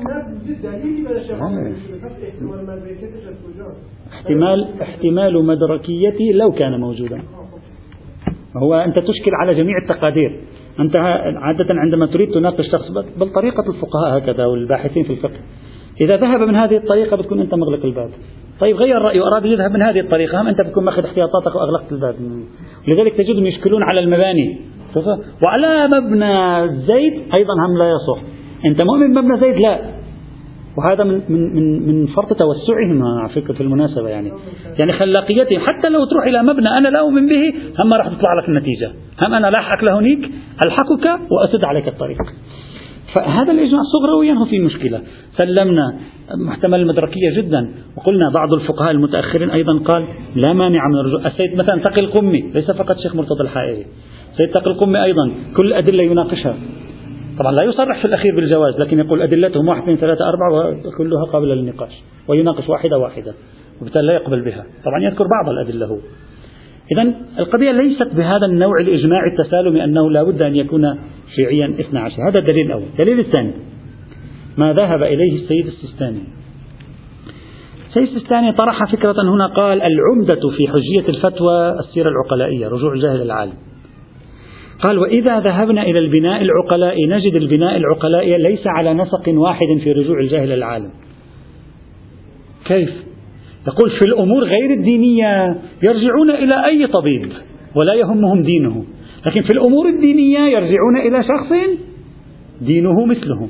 احتمال مدركيتي لو كان موجودا. هو أنت تشكل على جميع التقادير. أنت عادة عندما تريد تناقش شخص، بل طريقة الفقهاء هكذا والباحثين في الفقه، إذا ذهب من هذه الطريقة بتكون أنت مغلق الباب. طيب غير رأيه وأراد يذهب من هذه الطريقة، هم أنت بتكون ماخذ احتياطاتك وأغلقت الباب. لذلك تجدهم يشكلون على المباني، وعلى مبنى زيد أيضا هم لا يصح. أنت مؤمن بمبنى زيد؟ لا. وهذا من فرط توسعهم على فكرة في المناسبة، يعني خلاقيتهم. حتى لو تروح إلى مبنى أنا لا أؤمن به، هم راح تطلع لك النتيجة، هم أنا لاحق لهنيك ألحقك وأسد عليك الطريق. فهذا الإجماع صغرويا هو في مشكلة. سلمنا محتمل المدركية جدا، وقلنا بعض الفقهاء المتأخرين أيضا قال لا مانع من الرجوع. السيد مثلا تقي القمي، ليس فقط الشيخ مرتضى الحائري، السيد تقي القمي أيضا كل الأدلة يناقشها. طبعا لا يصرح في الأخير بالجواز، لكن يقول أدلتهم 1 2 3 4 وكلها قابلة للنقاش، ويناقش واحدة واحدة، وبالتالي لا يقبل بها. طبعا يذكر بعض الأدلة هو. إذن القضية ليست بهذا النوع الإجماعي التسالمي أنه لا بد أن يكون شيعيا 12. هذا الدليل الأول. الدليل الثاني ما ذهب إليه السيد السيستاني. السيد السيستاني طرح فكرة هنا، قال العمدة في حجية الفتوى السيرة العقلائية، رجوع الجاهل العالم. قال وإذا ذهبنا إلى البناء العقلائي نجد البناء العقلائي ليس على نسق واحد في رجوع الجاهل العالم. كيف؟ يقول في الأمور غير الدينية يرجعون إلى أي طبيب ولا يهمهم دينه، لكن في الأمور الدينية يرجعون إلى شخص دينه مثلهم.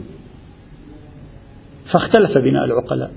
فاختلف بناء العقلاء.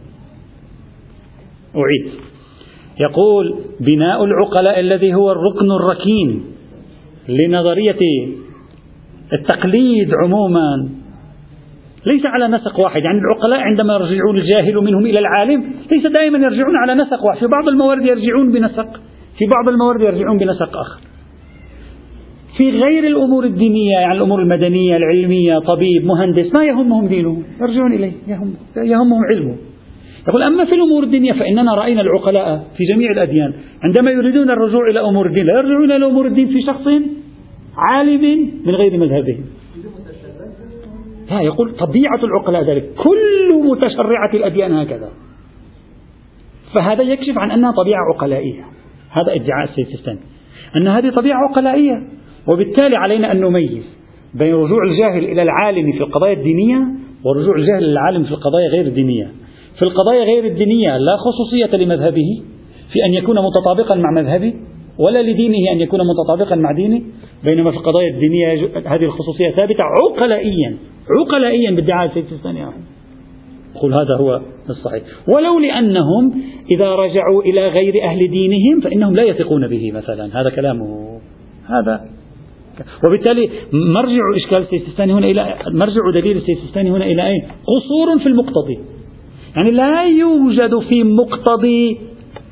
أعيد، يقول بناء العقلاء الذي هو الركن الركين لنظرية التقليد عموما ليس على نسق واحد. يعني العقلاء عندما يرجعون الجاهل منهم إلى العالم ليس دائما يرجعون على نسق واحد، في بعض الموارد يرجعون بنسق، في بعض الموارد يرجعون بنسق آخر. في غير الأمور الدينية، يعني الأمور المدنية العلمية، طبيب مهندس ما يهمهم دينه يرجعون إليه، يهمهم علمه. يقول أما في الأمور الدينية فإننا رأينا العقلاء في جميع الأديان عندما يريدون الرجوع إلى أمور الدين لا يرجعون إلى أمور الدين في شخص عالم من غير مذهبهم. لا، يقول طبيعة العقلاء ذلك، كل متشرعة الأديان هكذا. فهذا يكشف عن أنها طبيعة عقلائية. هذا ادعاء السيد السيستاني أن هذه طبيعة عقلائية، وبالتالي علينا أن نميز بين رجوع الجاهل إلى العالم في القضايا الدينية ورجوع الجاهل إلى العالم في القضايا غير الدينية. في القضايا غير الدينية لا خصوصية لمذهبه في أن يكون متطابقا مع مذهبه، ولا لدينه أن يكون متطابقا مع دينه، بينما في القضايا الدينية هذه الخصوصية ثابتة عقلائيا بادعاء السيد السيستاني. يقول هذا هو الصحيح، ولو لأنهم إذا رجعوا إلى غير أهل دينهم فإنهم لا يثقون به مثلا. هذا كلامه هذا. وبالتالي مرجع إشكال السيد السيستاني هنا إلى مرجع دليل السيد السيستاني هنا إلى أين؟ قصور في المقتضي. يعني لا يوجد في مقتضي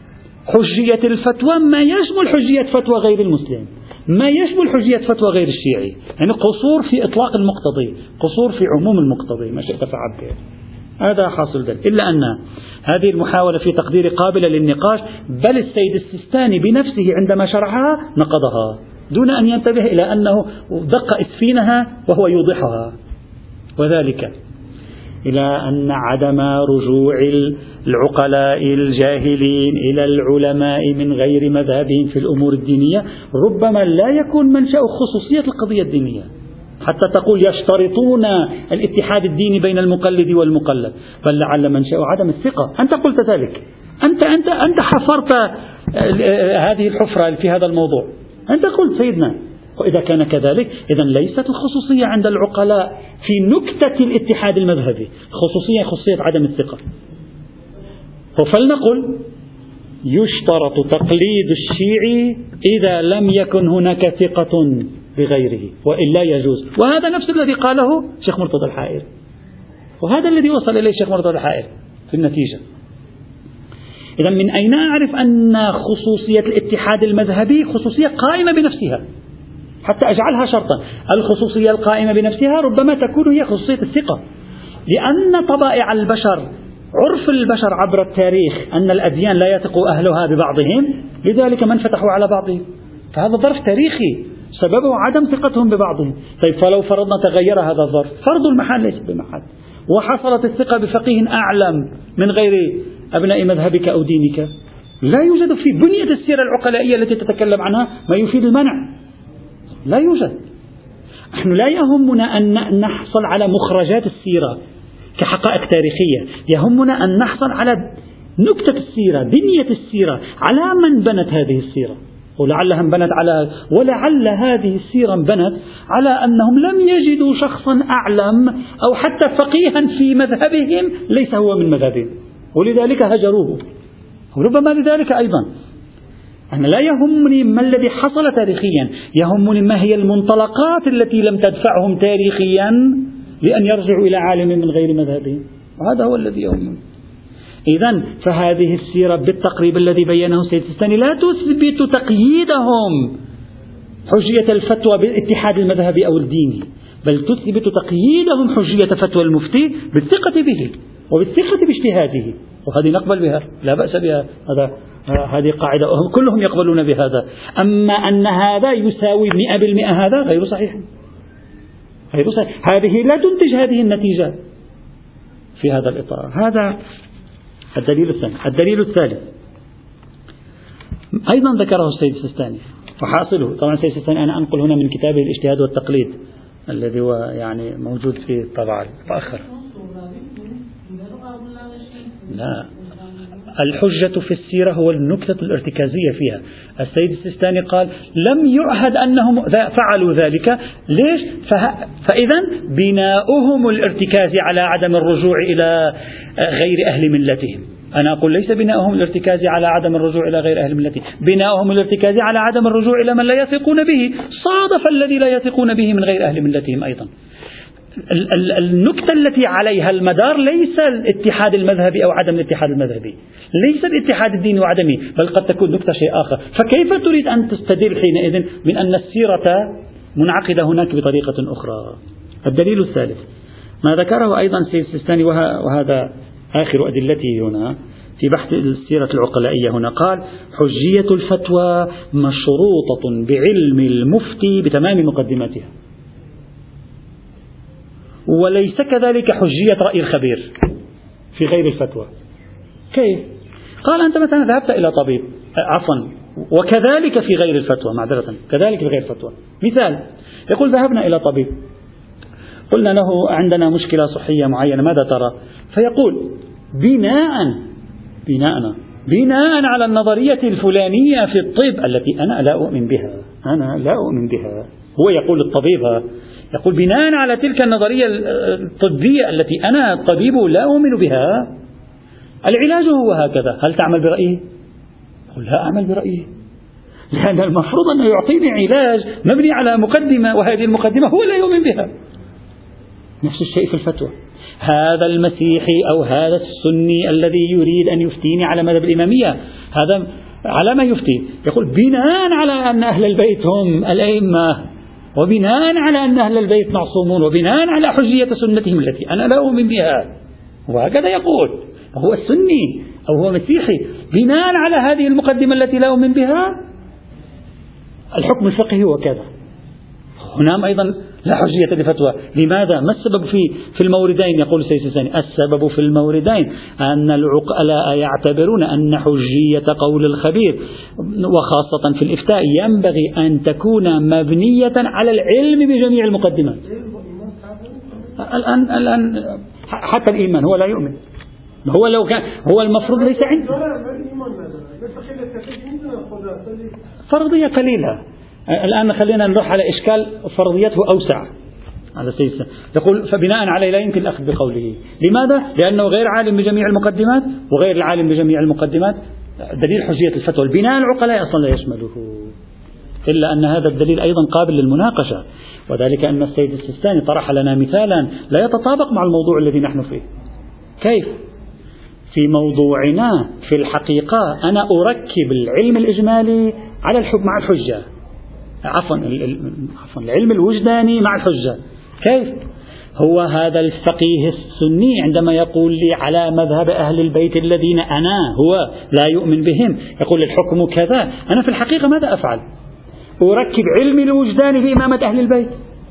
حجية الفتوى ما يشمل حجية فتوى غير المسلم، ما يشمل حجية فتوى غير الشيعي، يعني قصور في إطلاق المقتضي، قصور في عموم المقتضي، ما شئت فعبر. هذا حاصل ذلك. إلا أن هذه المحاولة في تقديري قابلة للنقاش، بل السيد السيستاني بنفسه عندما شرحها نقضها دون أن ينتبه إلى أنه دق إسفينها وهو يوضحها، وذلك إلى أن عدم رجوع العقلاء الجاهلين إلى العلماء من غير مذهبهم في الأمور الدينية ربما لا يكون منشأ خصوصية القضية الدينية، حتى تقول يشترطون الاتحاد الديني بين المقلد والمقلد، بل لعل منشأ عدم الثقة. أنت قلت ذلك، أنت حفرت هذه الحفرة في هذا الموضوع، أنت قلت سيدنا، وإذا كان كذلك إذن ليست الخصوصية عند العقلاء في نكتة الاتحاد المذهبي، خصوصية عدم الثقة. فلنقل يشترط تقليد الشيعي إذا لم يكن هناك ثقة بغيره وإلا يجوز، وهذا نفس الذي قاله شيخ مرتضى الحائري، وهذا الذي وصل إليه شيخ مرتضى الحائري في النتيجة. إذا من أين أعرف أن خصوصية الاتحاد المذهبي خصوصية قائمة بنفسها حتى أجعلها شرطا؟ الخصوصية القائمة بنفسها ربما تكون هي خصوصية الثقة، لأن طبائع البشر، عرف البشر عبر التاريخ أن الأديان لا يثق أهلها ببعضهم، لذلك من فتحوا على بعضهم، فهذا ظرف تاريخي سببه عدم ثقتهم ببعضهم. طيب فلو فرضنا تغير هذا الظرف، فرض المحل ليس بمحل، وحصلت الثقة بفقيه أعلم من غير أبناء مذهبك أو دينك، لا يوجد في بنية السيرة العقلائية التي تتكلم عنها ما يفيد المنع، لا يوجد. نحن لا يهمنا أن نحصل على مخرجات السيرة كحقائق تاريخية، يهمنا أن نحصل على نكتة السيرة، بنية السيرة، على من بنت هذه السيرة، ولعل هذه السيرة بنت على أنهم لم يجدوا شخصا أعلم أو حتى فقيها في مذهبهم ليس هو من مذهبهم، ولذلك هجروه، وربما لذلك أيضا. أنا لا يهمني ما الذي حصل تاريخيا، يهمني ما هي المنطلقات التي لم تدفعهم تاريخيا لأن يرجعوا إلى عالم من غير مذهبهم، وهذا هو الذي يهمني. إذن فهذه السيرة بالتقريب الذي بينه السيد السيستاني لا تثبت تقييدهم حجية الفتوى بالاتحاد المذهبي أو الديني، بل تثبت تقييدهم حجية فتوى المفتي بالثقة به وبالثقة باجتهاده، وهذه نقبل بها لا بأس بها، هذه قاعدة كلهم يقبلون بهذا. أما أن هذا يساوي 100% هذا غير صحيح، غير صحيح، هذه لا تنتج هذه النتيجة في هذا الإطار. هذا الدليل الثاني. الدليل الثالث أيضا ذكره السيد السيستاني، وحاصله طبعا السيد السيستاني أنا أنقل هنا من كتابه الاجتهاد والتقليد الذي هو يعني موجود في الطبعة المتأخرة. لا، الحجة في السيرة هو النكتة الارتكازية فيها. السيد السيستاني قال لم يعهد أنهم فعلوا ذلك، ليش؟ فإذا بناؤهم الارتكازي على عدم الرجوع إلى غير أهل ملتهم. أنا أقول ليس بناؤهم الارتكازي على عدم الرجوع إلى غير أهل ملتهم، بناؤهم الارتكازي على عدم الرجوع إلى من لا يثقون به، صادف الذي لا يثقون به من غير أهل ملتهم أيضا. النكتة التي عليها المدار ليس الاتحاد المذهبي أو عدم الاتحاد المذهبي، ليس الاتحاد الديني وعدمه، بل قد تكون نكتة شيء آخر. فكيف تريد أن تستدل حينئذ من أن السيرة منعقدة هناك بطريقة أخرى؟ الدليل الثالث ما ذكره أيضا السيد السيستاني، وهذا آخر أدلته هنا في بحث السيرة العقلائية، هنا قال حجية الفتوى مشروطة بعلم المفتي بتمام مقدماتها، وليس كذلك حجية رأي الخبير في غير الفتوى. كيف؟ قال أنت مثلا ذهبت إلى طبيب، عفوا، وكذلك في غير الفتوى، معذرة، كذلك في غير الفتوى. مثال، يقول ذهبنا إلى طبيب، قلنا له عندنا مشكلة صحية معينة، ماذا ترى؟ فيقول بناء على النظرية الفلانية في الطب التي أنا لا أؤمن بها، هو يقول الطبيب، يقول بناء على تلك النظرية الطبية التي أنا الطبيب لا أؤمن بها العلاج هو هكذا، هل تعمل برأيه؟ قل لا أعمل برأيه، لأن المفروض أنه يعطيني علاج مبني على مقدمة، وهذه المقدمة هو لا يؤمن بها. نفس الشيء في الفتوى، هذا المسيحي أو هذا السني الذي يريد أن يفتيني على مذهب الإمامية، هذا على ما يفتي؟ يقول بناء على أن أهل البيت هم الأئمة، وبناء على أن أهل البيت معصومون، وبناء على حجية سنتهم التي أنا لا أؤمن بها، وهكذا يقول. هو السني أو هو مسيحي، بناء على هذه المقدمة التي لا أؤمن بها الحكم الفقهي هو كذا. هنا أيضا لا حجية لفتوى. لماذا؟ ما السبب في الموردين؟ يقول السيد السيستاني السبب في الموردين أن العقلاء يعتبرون أن حجية قول الخبير وخاصة في الإفتاء ينبغي أن تكون مبنية على العلم بجميع المقدمات. الآن حتى الإيمان هو لا يؤمن، هو لو كان هو المفروض ليس عنده فرضية قليلة. الآن خلينا نروح على إشكال فرضيته أوسع. هذا سيد يقول فبناء عليه لا يمكن الأخذ بقوله. لماذا؟ لأنه غير عالم بجميع المقدمات، وغير العالم بجميع المقدمات دليل حجية الفتوى البناء العقلاء أصلا لا يشمله، إلا أن هذا الدليل أيضا قابل للمناقشة، وذلك أن السيد السيستاني طرح لنا مثالا لا يتطابق مع الموضوع الذي نحن فيه. كيف؟ في موضوعنا في الحقيقة أنا أركب العلم الإجمالي على مع الحجة، عفوا العلم الوجداني مع الحجة. كيف؟ هو هذا الفقيه السني عندما يقول لي على مذهب أهل البيت الذين هو لا يؤمن بهم، يقول الحكم كذا، أنا في الحقيقة ماذا أفعل؟ أركب علمي الوجداني في إمامة أهل البيت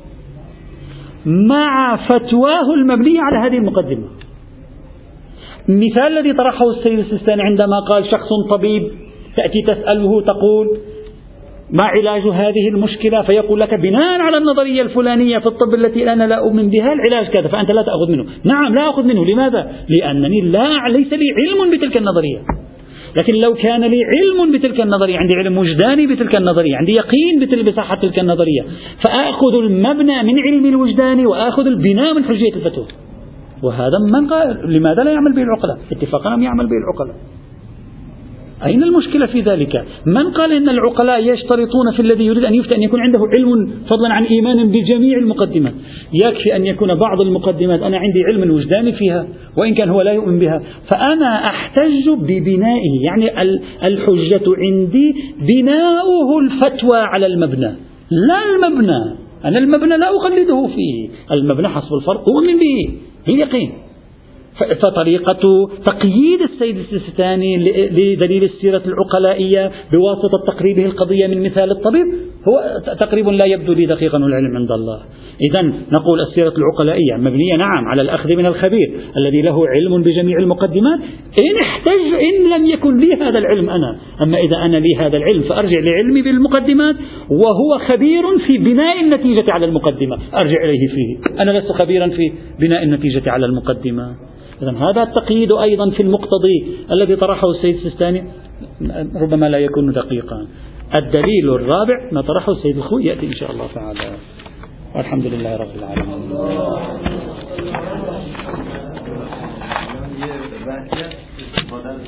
مع فتواه المبنية على هذه المقدمة. المثال الذي طرحه السيد السيستاني عندما قال شخص طبيب تأتي تسأله تقول ما علاج هذه المشكلة، فيقول لك بناء على النظرية الفلانية في الطب التي أنا لا أؤمن بها العلاج كذا، فأنت لا تأخذ منه. نعم لا أخذ منه. لماذا؟ لأنني ليس لي علم بتلك النظرية. لكن لو كان لي علم بتلك النظرية، عندي علم وجداني بتلك النظرية، عندي يقين بصحة تلك النظرية، فأخذ المبنى من علم الوجدان وأخذ البناء من حجية الفتوى. وهذا من قال لماذا لا يعمل به العقلاء؟ اتفاقا لم يعمل به العقلاء. أين المشكلة في ذلك؟ من قال إن العقلاء يشترطون في الذي يريد أن يفتي أن يكون عنده علم فضلا عن إيمان بجميع المقدمات؟ يكفي أن يكون بعض المقدمات أنا عندي علم وجداني فيها وإن كان هو لا يؤمن بها، فأنا أحتج ببنائه. يعني الحجة عندي بناؤه الفتوى على المبنى لا المبنى. أنا المبنى لا أقلده فيه، المبنى حسب الفرق أؤمن به باليقين. فطريقة تقييد السيد السيستاني لدليل السيرة العقلائية بواسطة تقريبه القضية من مثال الطبيب هو تقريب لا يبدو لي دقيقا والعلم عند الله. إذن نقول السيرة العقلائية مبنية نعم على الأخذ من الخبير الذي له علم بجميع المقدمات إن لم يكن لي هذا العلم أنا. أما إذا أنا لي هذا العلم فأرجع لعلمي بالمقدمات، وهو خبير في بناء النتيجة على المقدمة أرجع إليه فيه. أنا لست خبيرا في بناء النتيجة على المقدمة. إذن هذا التقييد أيضا في المقتضي الذي طرحه السيد السيستاني ربما لا يكون دقيقا. الدليل الرابع ما طرحه السيد الخوي يأتي إن شاء الله تعالى، والحمد لله رب العالمين.